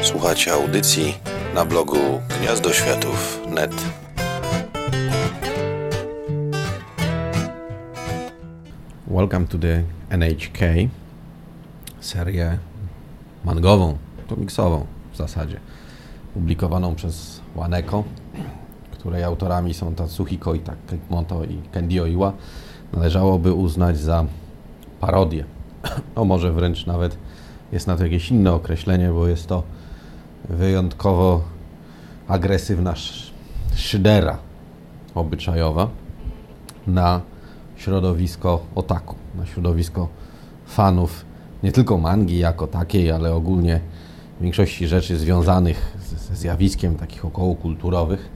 Słuchacie audycji na blogu gniazdoświatów.net. Welcome to the NHK, serię mangową, komiksową w zasadzie, publikowaną przez Waneko, której autorami są Tatsuhiko Kikumoto i Kendio Iwa. Należałoby uznać za parodię. No może wręcz nawet jest na to jakieś inne określenie, bo jest to wyjątkowo agresywna szydera obyczajowa na środowisko otaku, na środowisko fanów nie tylko mangi jako takiej, ale ogólnie większości rzeczy związanych ze zjawiskiem takich okołokulturowych,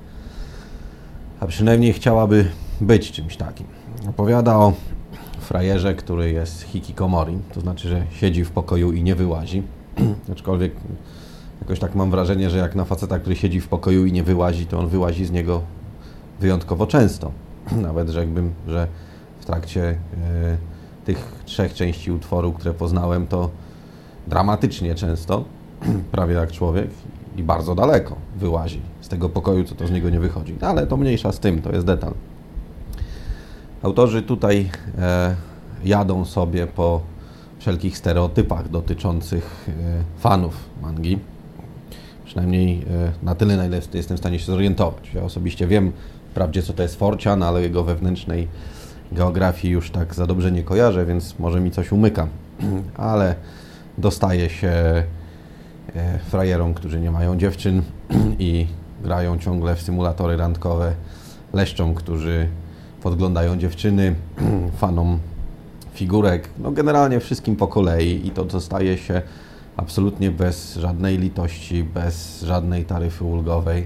a przynajmniej chciałaby być czymś takim. Opowiada o frajerze, który jest hikikomori, to znaczy, że siedzi w pokoju i nie wyłazi, aczkolwiek jakoś tak mam wrażenie, że jak na faceta, który siedzi w pokoju i nie wyłazi, to on wyłazi z niego wyjątkowo często. Nawet rzekłbym, że w trakcie tych 3 części utworu, które poznałem, to dramatycznie często, prawie jak człowiek, i bardzo daleko wyłazi z tego pokoju, co to z niego nie wychodzi. Ale to mniejsza z tym, to jest detal. Autorzy tutaj jadą sobie po wszelkich stereotypach dotyczących fanów mangi. Przynajmniej na tyle, na ile jestem w stanie się zorientować. Ja osobiście wiem wprawdzie, co to jest 4chan, ale jego wewnętrznej geografii już tak za dobrze nie kojarzę, więc może mi coś umyka. Ale dostaje się frajerom, którzy nie mają dziewczyn i grają ciągle w symulatory randkowe, leszczom, którzy podglądają dziewczyny, fanom figurek, no generalnie wszystkim po kolei, i to dostaje się absolutnie bez żadnej litości, bez żadnej taryfy ulgowej.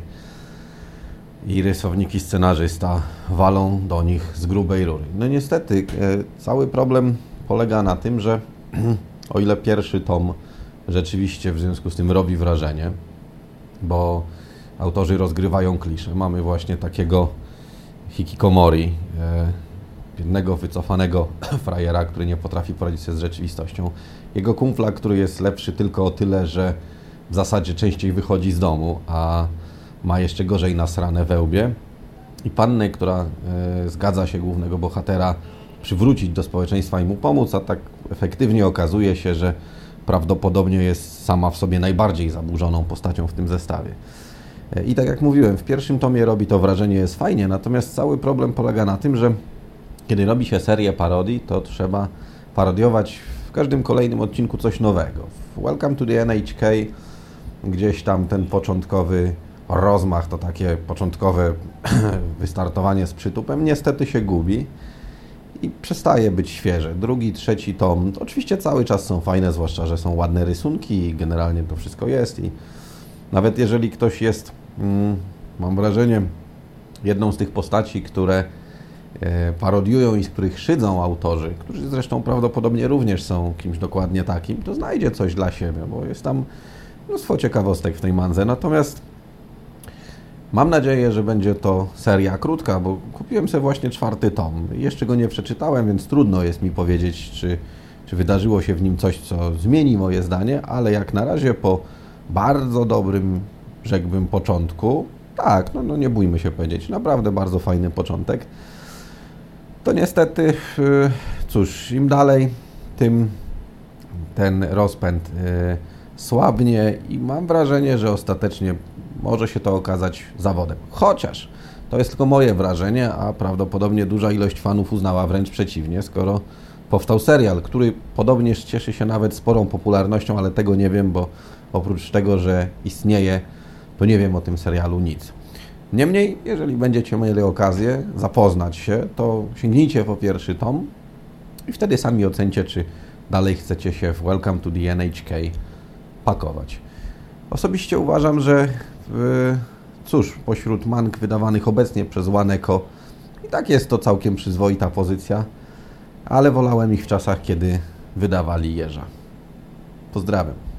I rysownik i scenarzysta walą do nich z grubej rury. No niestety cały problem polega na tym, że o ile pierwszy tom rzeczywiście w związku z tym robi wrażenie, bo autorzy rozgrywają klisze. Mamy właśnie takiego hikikomori, biednego, wycofanego frajera, który nie potrafi poradzić sobie z rzeczywistością. Jego kumfla, który jest lepszy tylko o tyle, że w zasadzie częściej wychodzi z domu, a ma jeszcze gorzej nasrane we łbie. I pannę, która zgadza się głównego bohatera przywrócić do społeczeństwa i mu pomóc, a tak efektywnie okazuje się, że prawdopodobnie jest sama w sobie najbardziej zaburzoną postacią w tym zestawie. I tak jak mówiłem, w pierwszym tomie robi to wrażenie, jest fajnie, natomiast cały problem polega na tym, że kiedy robi się serię parodii, to trzeba parodiować w każdym kolejnym odcinku coś nowego. W Welcome to the NHK gdzieś tam ten początkowy rozmach, to takie początkowe wystartowanie z przytupem niestety się gubi i przestaje być świeże. Drugi, trzeci tom, to oczywiście cały czas są fajne, zwłaszcza, że są ładne rysunki i generalnie to wszystko jest. I nawet jeżeli ktoś jest, mam wrażenie, jedną z tych postaci, które parodiują i z których szydzą autorzy, którzy zresztą prawdopodobnie również są kimś dokładnie takim, to znajdzie coś dla siebie, bo jest tam mnóstwo ciekawostek w tej mandze. Natomiast mam nadzieję, że będzie to seria krótka, bo kupiłem sobie właśnie 4. tom. Jeszcze go nie przeczytałem, więc trudno jest mi powiedzieć, czy wydarzyło się w nim coś, co zmieni moje zdanie, ale jak na razie po bardzo dobrym, rzekłbym, początku, tak, no nie bójmy się powiedzieć, naprawdę bardzo fajny początek, to niestety, cóż, im dalej, tym ten rozpęd słabnie i mam wrażenie, że ostatecznie może się to okazać zawodem. Chociaż to jest tylko moje wrażenie, a prawdopodobnie duża ilość fanów uznała wręcz przeciwnie, skoro powstał serial, który podobnież cieszy się nawet sporą popularnością, ale tego nie wiem, bo oprócz tego, że istnieje, to nie wiem o tym serialu nic. Niemniej, jeżeli będziecie mieli okazję zapoznać się, to sięgnijcie po pierwszy tom i wtedy sami ocencie, czy dalej chcecie się w Welcome to the NHK pakować. Osobiście uważam, że cóż, pośród mang wydawanych obecnie przez Waneko i tak jest to całkiem przyzwoita pozycja, ale wolałem ich w czasach, kiedy wydawali Jeża. Pozdrawiam.